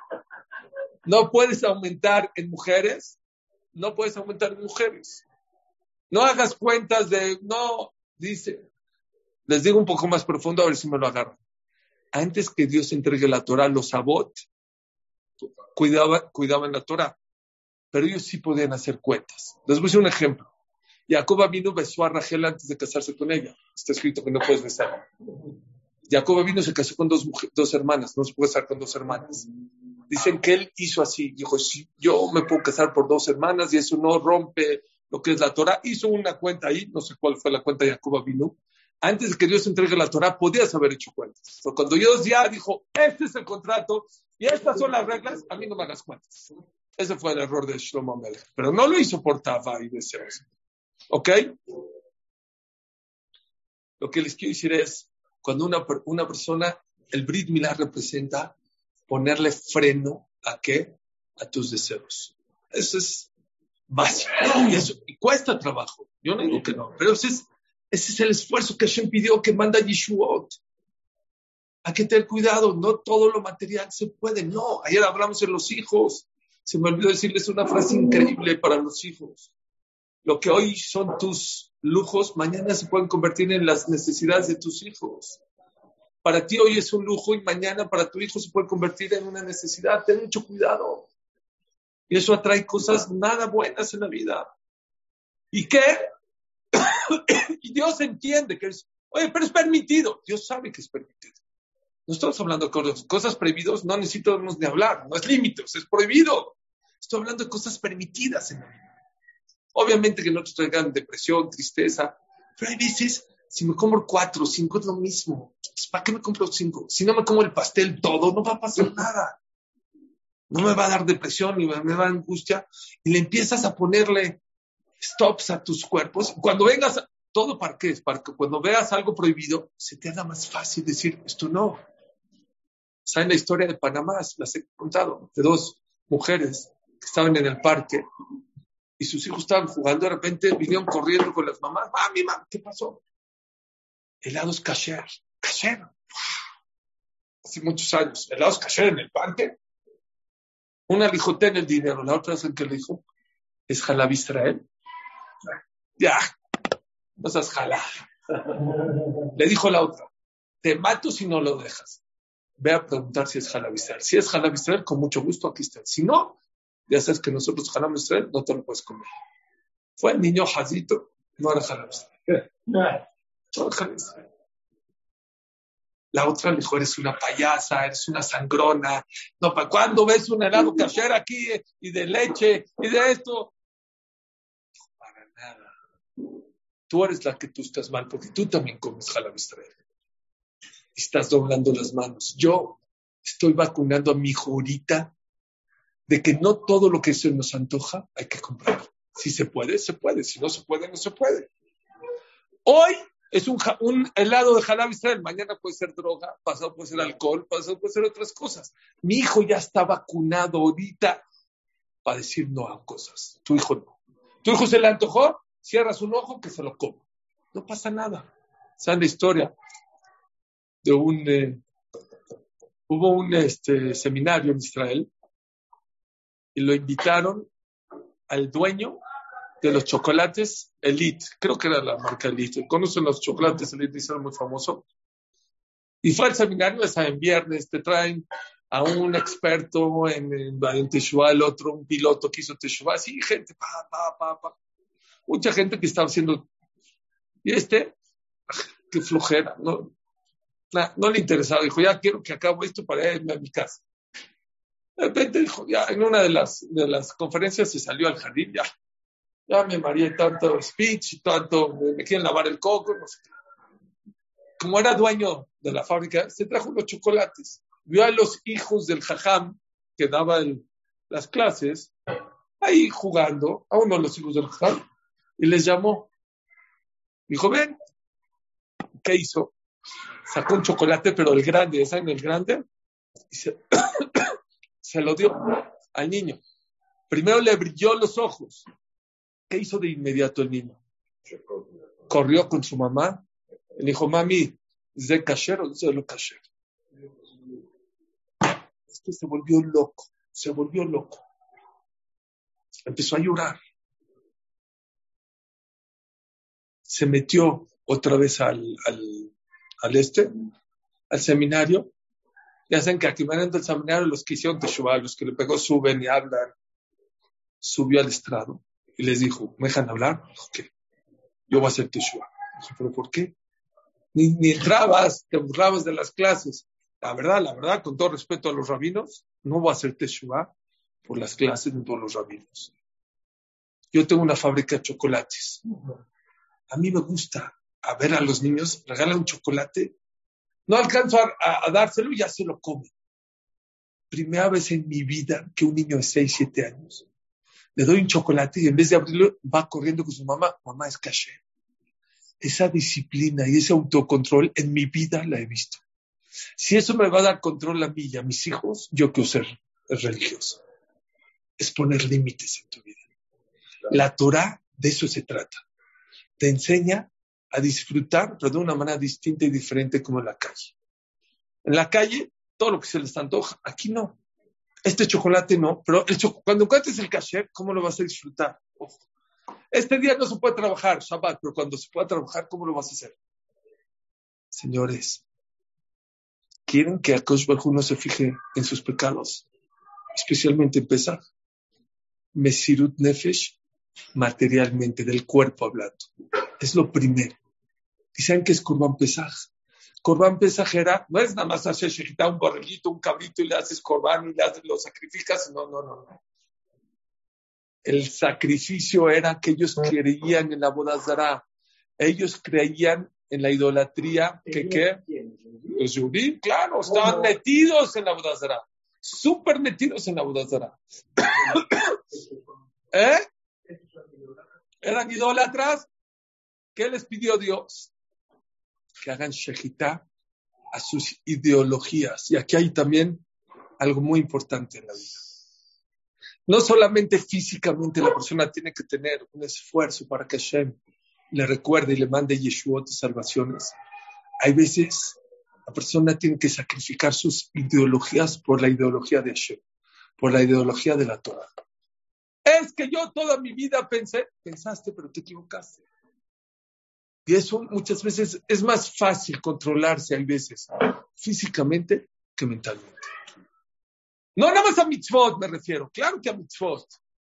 no puedes aumentar en mujeres, no puedes aumentar en mujeres. No hagas cuentas de, no, dice. Les digo un poco más profundo, a ver si me lo agarran. Antes que Dios entregue la Torah, los Sabot cuidaban, cuidaban la Torah, pero ellos sí podían hacer cuentas. Les voy a decir un ejemplo. Jacob vino besó a Rachel antes de casarse con ella. Está escrito que no puedes besar. Jacob vino se casó con dos, mujeres, dos hermanas, no se puede casar con dos hermanas. Dicen que él hizo así, dijo, si yo me puedo casar por dos hermanas y eso no rompe lo que es la Torah. Hizo una cuenta ahí, no sé cuál fue la cuenta de Jacob vino. Antes de que Dios entregue la Torah, podías haber hecho cuentas. Pero cuando Dios ya dijo, este es el contrato y estas son las reglas, a mí no me hagas cuentas. Ese fue el error de Shlomo Melech. Pero no lo hizo por Tava y deseos. ¿Ok? Lo que les quiero decir es, cuando una, una persona, el Brit Milá representa ponerle freno ¿a qué? A tus deseos. Eso es básico. Y, eso, y cuesta trabajo. Yo no digo que no, pero ese es, ese es el esfuerzo que Hashem pidió, que manda Yeshuot. Hay que tener cuidado, no todo lo material se puede. No, ayer hablamos de los hijos. Se me olvidó decirles una frase increíble para los hijos. Lo que hoy son tus lujos, mañana se pueden convertir en las necesidades de tus hijos. Para ti hoy es un lujo y mañana para tu hijo se puede convertir en una necesidad. Ten mucho cuidado. Y eso atrae cosas nada buenas en la vida. ¿Y qué? Y Dios entiende que es, oye, pero es permitido. Dios sabe que es permitido. No estamos hablando de cosas, cosas prohibidas, no necesitamos ni hablar. No es límites, es prohibido. Estoy hablando de cosas permitidas en la vida. Obviamente que no te traigan depresión, tristeza, pero hay veces, si me compro cuatro o cinco es lo mismo. ¿Para qué me compro cinco? Si no me como el pastel todo, no va a pasar nada. No me va a dar depresión ni me va a dar angustia. Y le empiezas a ponerle stops a tus cuerpos. Cuando vengas, a, ¿todo para qué? Para que cuando veas algo prohibido, se te haga más fácil decir, esto no. ¿Saben la historia de Panamá? Las he contado, de dos mujeres que estaban en el parque y sus hijos estaban jugando, de repente vinieron corriendo con las mamás. Mami, mami, ¿qué pasó? Helados kasher. Kasher. Hace muchos años. Helados kasher en el parque. Una le dijo, ten el dinero. La otra es que le dijo, ¿es Jalab Israel? Ya. No seas Jalab. Le dijo la otra, te mato si no lo dejas. Ve a preguntar si es Halab Israel. Si es Halab Israel, con mucho gusto aquí está. Si no, ya sabes que nosotros Halab Israel no te lo puedes comer. Fue el niño Hazito, no era Halab Israel. No era Halab Israel. La otra le dijo, eres una payasa, eres una sangrona. No, ¿para cuándo ves un helado kasher aquí y de leche y de esto? Para nada. Tú eres la que tú estás mal, porque tú también comes Halab Israel. Estás doblando las manos. Yo estoy vacunando a mi hijo ahorita de que no todo lo que se nos antoja hay que comprarlo. Si se puede, se puede. Si no se puede, no se puede. Hoy es un, un helado de Halab Israel. Mañana puede ser droga, pasado puede ser alcohol, pasado puede ser otras cosas. Mi hijo ya está vacunado ahorita para decir no a cosas. Tu hijo no. Tu hijo se le antojó, cierras un ojo que se lo coma. No pasa nada. ¿Saben la historia? De un, eh, hubo un este, seminario en Israel y lo invitaron al dueño de los chocolates Elite, creo que era la marca Elite, conocen los chocolates Elite, hicieron muy famoso, y fue al seminario, ya saben, viernes, te traen a un experto en, en, en Teshuvah, el otro, un piloto que hizo Teshuvah, así, gente, pa, pa, pa, pa, mucha gente que estaba haciendo, y este, qué flojera, no, Nah, no le interesaba, dijo, ya quiero que acabe esto para irme a mi casa. De repente dijo, ya en una de las, de las conferencias se salió al jardín, ya, ya me mareé tanto speech y tanto, me, me quieren lavar el coco, no sé qué. Como era dueño de la fábrica, se trajo unos chocolates. Vio a los hijos del jajam que daba el, las clases, ahí jugando, a uno de los hijos del jajam, y les llamó. Dijo, ven, ¿qué hizo? Sacó un chocolate, pero el grande, ¿saben el grande? Y se, se lo dio al niño. Primero le brilló los ojos. ¿Qué hizo de inmediato el niño? Corrió con su mamá. Le dijo, mami, ¿es de kasher o de lo kasher? Este se volvió loco. Se volvió loco. Empezó a llorar. Se metió otra vez al, al, al este, al seminario. Ya saben que aquí van del seminario los que hicieron Teshuvah, los que le pegó suben y hablan. Subió al estrado y les dijo, ¿me dejan hablar? Dijo, ¿qué? Yo voy a hacer Teshuvah. Dijo, ¿pero por qué? Ni, ni entrabas, te burlabas de las clases. La verdad, la verdad, con todo respeto a los rabinos, no voy a hacer Teshuvah por las clases de todos los rabinos. Yo tengo una fábrica de chocolates. A mí me gusta a ver a los niños, regalan un chocolate, no alcanzo a, a, a dárselo y ya se lo come. Primera vez en mi vida que un niño de seis, siete años le doy un chocolate y en vez de abrirlo va corriendo con su mamá. Mamá, es kasher. Esa disciplina y ese autocontrol en mi vida la he visto. Si eso me va a dar control a mí y a mis hijos, yo quiero ser religioso. Es poner límites en tu vida. La Torah de eso se trata. Te enseña a disfrutar, pero de una manera distinta y diferente como en la calle. En la calle, todo lo que se les antoja. Aquí no. Este chocolate no, pero el cho- cuando encuentres el kasher, ¿cómo lo vas a disfrutar? Ojo. Este día no se puede trabajar, Shabbat, pero cuando se pueda trabajar, ¿cómo lo vas a hacer? Señores, ¿quieren que Akadosh Baruj Hu no se fije en sus pecados? Especialmente en Pesach. Mesirut Nefesh, materialmente, del cuerpo hablando. Es lo primero. ¿Y saben qué es Korban Pesach? Korban Pesach era, no es nada más hacer shejitá, un borreguito, un cabrito y le haces Korban y le haces, lo sacrificas. No, no, no, no. El sacrificio era que ellos creían en la boda zará. Ellos creían en la idolatría. ¿Que qué? Los judíos, claro, estaban metidos en la boda zará. Súper metidos en la boda zará. ¿Eh? ¿Eran idólatras? ¿Qué les pidió Dios? Que hagan shejitá a sus ideologías. Y aquí hay también algo muy importante en la vida. No solamente físicamente la persona tiene que tener un esfuerzo para que Hashem le recuerde y le mande Yeshuot y salvaciones. Hay veces la persona tiene que sacrificar sus ideologías por la ideología de Hashem, por la ideología de la Torah. Es que yo toda mi vida pensé, pensaste, pero te equivocaste. Y eso muchas veces es más fácil controlarse, hay veces, físicamente que mentalmente. No nada más a mitzvot me refiero, claro que a mitzvot.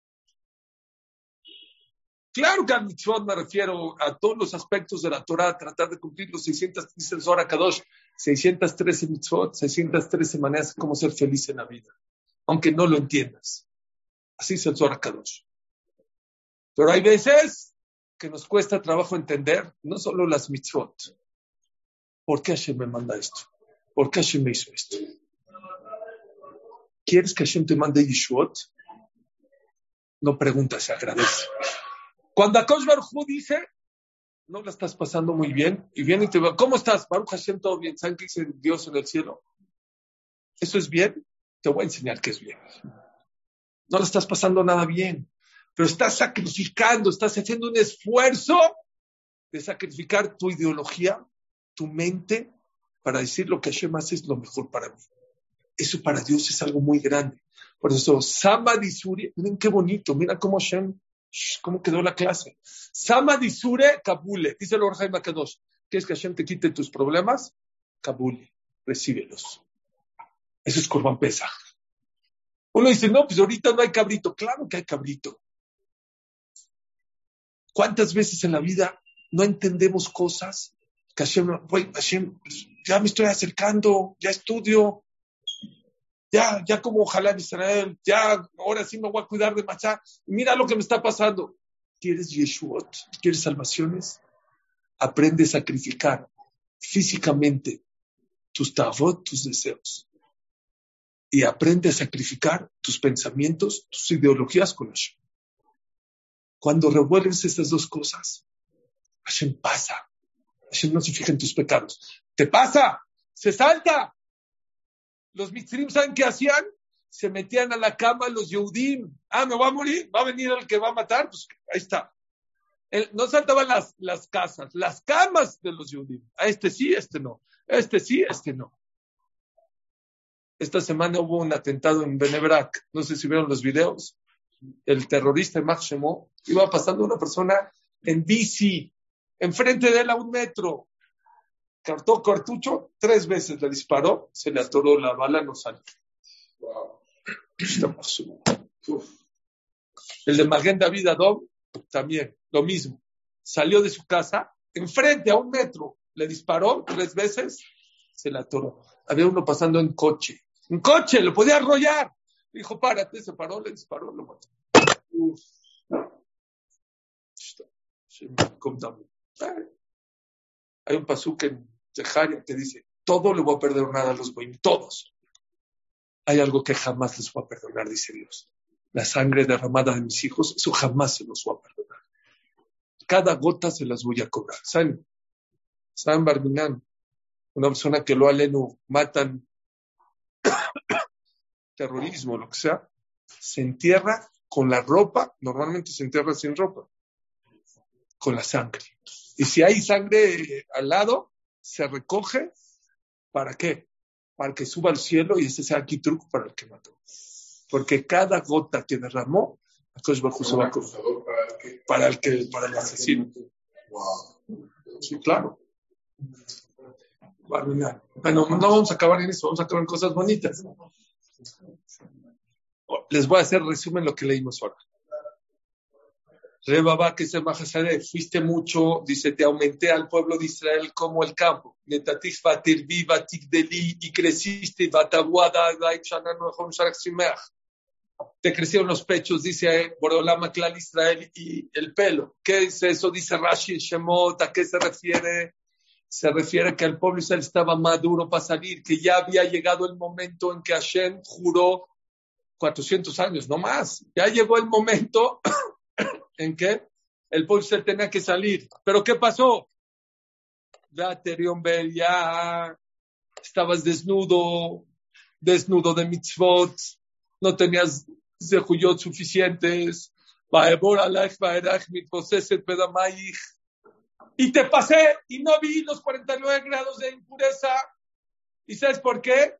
Claro que a mitzvot me refiero a todos los aspectos de la Torah, tratar de cumplir los seiscientos trece Zohar Kadosh, seiscientos trece mitzvot, seiscientos trece maneras de cómo ser feliz en la vida, aunque no lo entiendas. Así es el Zohar Kadosh. Pero hay veces que nos cuesta trabajo entender, no solo las mitzvot. ¿Por qué Hashem me manda esto? ¿Por qué Hashem me hizo esto? ¿Quieres que Hashem te mande Yeshuot? No preguntas, se agradece. Cuando Akadosh Baruj Hu dice, no la estás pasando muy bien, y viene y te va, ¿cómo estás? Baruch Hashem, todo bien. ¿Saben qué dice Dios en el cielo? ¿Eso es bien? Te voy a enseñar qué es bien. No la estás pasando nada bien, pero estás sacrificando, estás haciendo un esfuerzo de sacrificar tu ideología, tu mente, para decir lo que Hashem hace es lo mejor para mí. Eso para Dios es algo muy grande. Por eso, Sama Disuri, miren qué bonito, mira cómo Hashem, cómo quedó la clase. Sama Disure Kabule, dice el Or Haim Akadosh, ¿quieres que Hashem te quite tus problemas? Kabule, recíbelos. Eso es Korban Pesach. Uno dice, no, pues ahorita no hay cabrito. Claro que hay cabrito. ¿Cuántas veces en la vida no entendemos cosas que Hashem, güey, Hashem, ya me estoy acercando, ya estudio, ya, ya como ojalá en Israel, ya, ahora sí me voy a cuidar de Machá. Mira lo que me está pasando. ¿Quieres Yeshuot? ¿Quieres salvaciones? Aprende a sacrificar físicamente tus tavot, tus deseos. Y aprende a sacrificar tus pensamientos, tus ideologías con Hashem. Cuando revuelves estas dos cosas, Hashem pasa. Hashem no se fija en tus pecados. ¡Te pasa! ¡Se salta! Los mitzrim, ¿saben qué hacían? Se metían a la cama los Yehudim. Ah, me voy a morir, va a venir el que va a matar. Pues ahí está. Él, no saltaban las, las casas, las camas de los Yehudim. A este sí, este no. Este sí, este no. Esta semana hubo un atentado en Benebrak. No sé si vieron los videos. El terrorista Emac Shemo iba pasando una persona en bici, enfrente de él a un metro. Cartó cartucho, tres veces le disparó, se le atoró la bala, no salió. Wow. El de Maguen David Adom, también, lo mismo. Salió de su casa, enfrente a un metro, le disparó tres veces, se le atoró. Había uno pasando en coche. En coche, lo podía arrollar. Dijo, párate, se paró, le disparó, lo mató. Uf. Hay un pasuk en Zeharia que dice, todo le voy a perdonar a los goyim, todos. Hay algo que jamás les voy a perdonar, dice Dios. La sangre derramada de mis hijos, eso jamás se los voy a perdonar. Cada gota se las voy a cobrar. ¿Saben? ¿Saben, Barminan? Una persona que lo aleno, matan terrorismo, lo que sea, se entierra con la ropa, normalmente se entierra sin ropa, con la sangre. Y si hay sangre al lado, se recoge, ¿para qué? Para que suba al cielo y ese sea aquí truco para el que mató. Porque cada gota que derramó, Akadosh Baruj Hu se va a cobrar. Para el que, para el asesino. Sí, claro. Bueno, no vamos a acabar en eso, vamos a acabar en cosas bonitas. Les voy a hacer resumen lo que leímos ahora. Rebaba, que se Mahasare, fuiste mucho, dice, te aumenté al pueblo de Israel como el campo. Netatif batirbi batigdeli, y creciste, batabuada, te crecieron los pechos, dice Boreolam Klal Israel, y el pelo. ¿Qué es eso? Dice Rashi Shemot, ¿a qué se refiere? Se refiere que el pueblo Israel estaba maduro para salir, que ya había llegado el momento en que Hashem juró cuatrocientos años, no más. Ya llegó el momento en que el pueblo Israel tenía que salir. ¿Pero qué pasó? Ya estabas desnudo, desnudo de mitzvot, no tenías zehuyot suficientes. Y te pasé y no vi los cuarenta y nueve grados de impureza. ¿Y sabes por qué?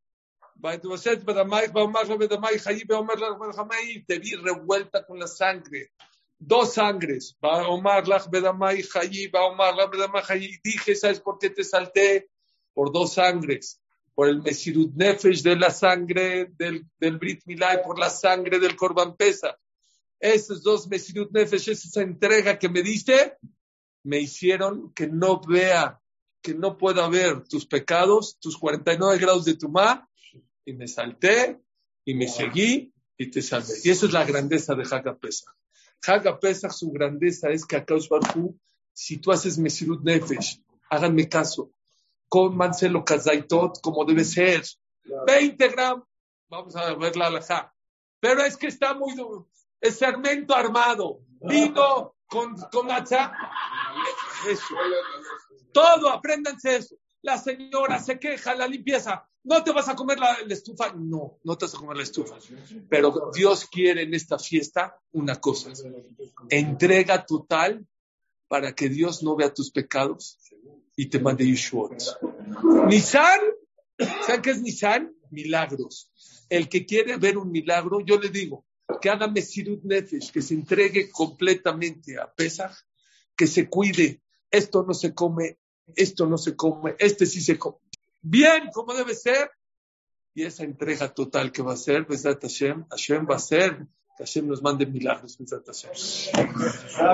Te vi revuelta con la sangre. dos sangres. Va a Omar Lach Bedamai Hayi, va a Omar Lach Bedamai Hayi. Dije, ¿sabes por qué te salté? Por dos sangres. Por el Mesirut Nefesh de la sangre del, del Brit Milá y por la sangre del Korban Pesach. Esos dos Mesirut Nefesh, esa entrega que me diste, me hicieron que no vea, que no pueda ver tus pecados, tus cuarenta y nueve grados de tumá, y me salté, y me seguí, y te salvé. Y esa es la grandeza de Hag Pesach. Hag Pesach, su grandeza es que Akadosh Baruj Hu, si tú haces Mesirut Nefesh, háganme caso, cómanselo kazaitot como debe ser, veinte gramos, vamos a ver la halajá, pero es que está muy duro, es fermento armado, vino con, con matzá, eso, todo, apréndanse eso. La señora se queja, la limpieza, ¿no te vas a comer la, la estufa? No, no te vas a comer la estufa. Pero Dios quiere en esta fiesta una cosa, entrega total para que Dios no vea tus pecados y te mande Yeshuot. Nisan, ¿saben qué es Nisan? Milagros. El que quiere ver un milagro, yo le digo, que haga Mesirut Nefesh, que se entregue completamente a Pesach, que se cuide, esto no se come, esto no se come, este sí se come. Bien, como debe ser. Y esa entrega total que va a ser, Besat Hashem, Hashem va a ser, que Hashem nos mande milagros, Besat Hashem.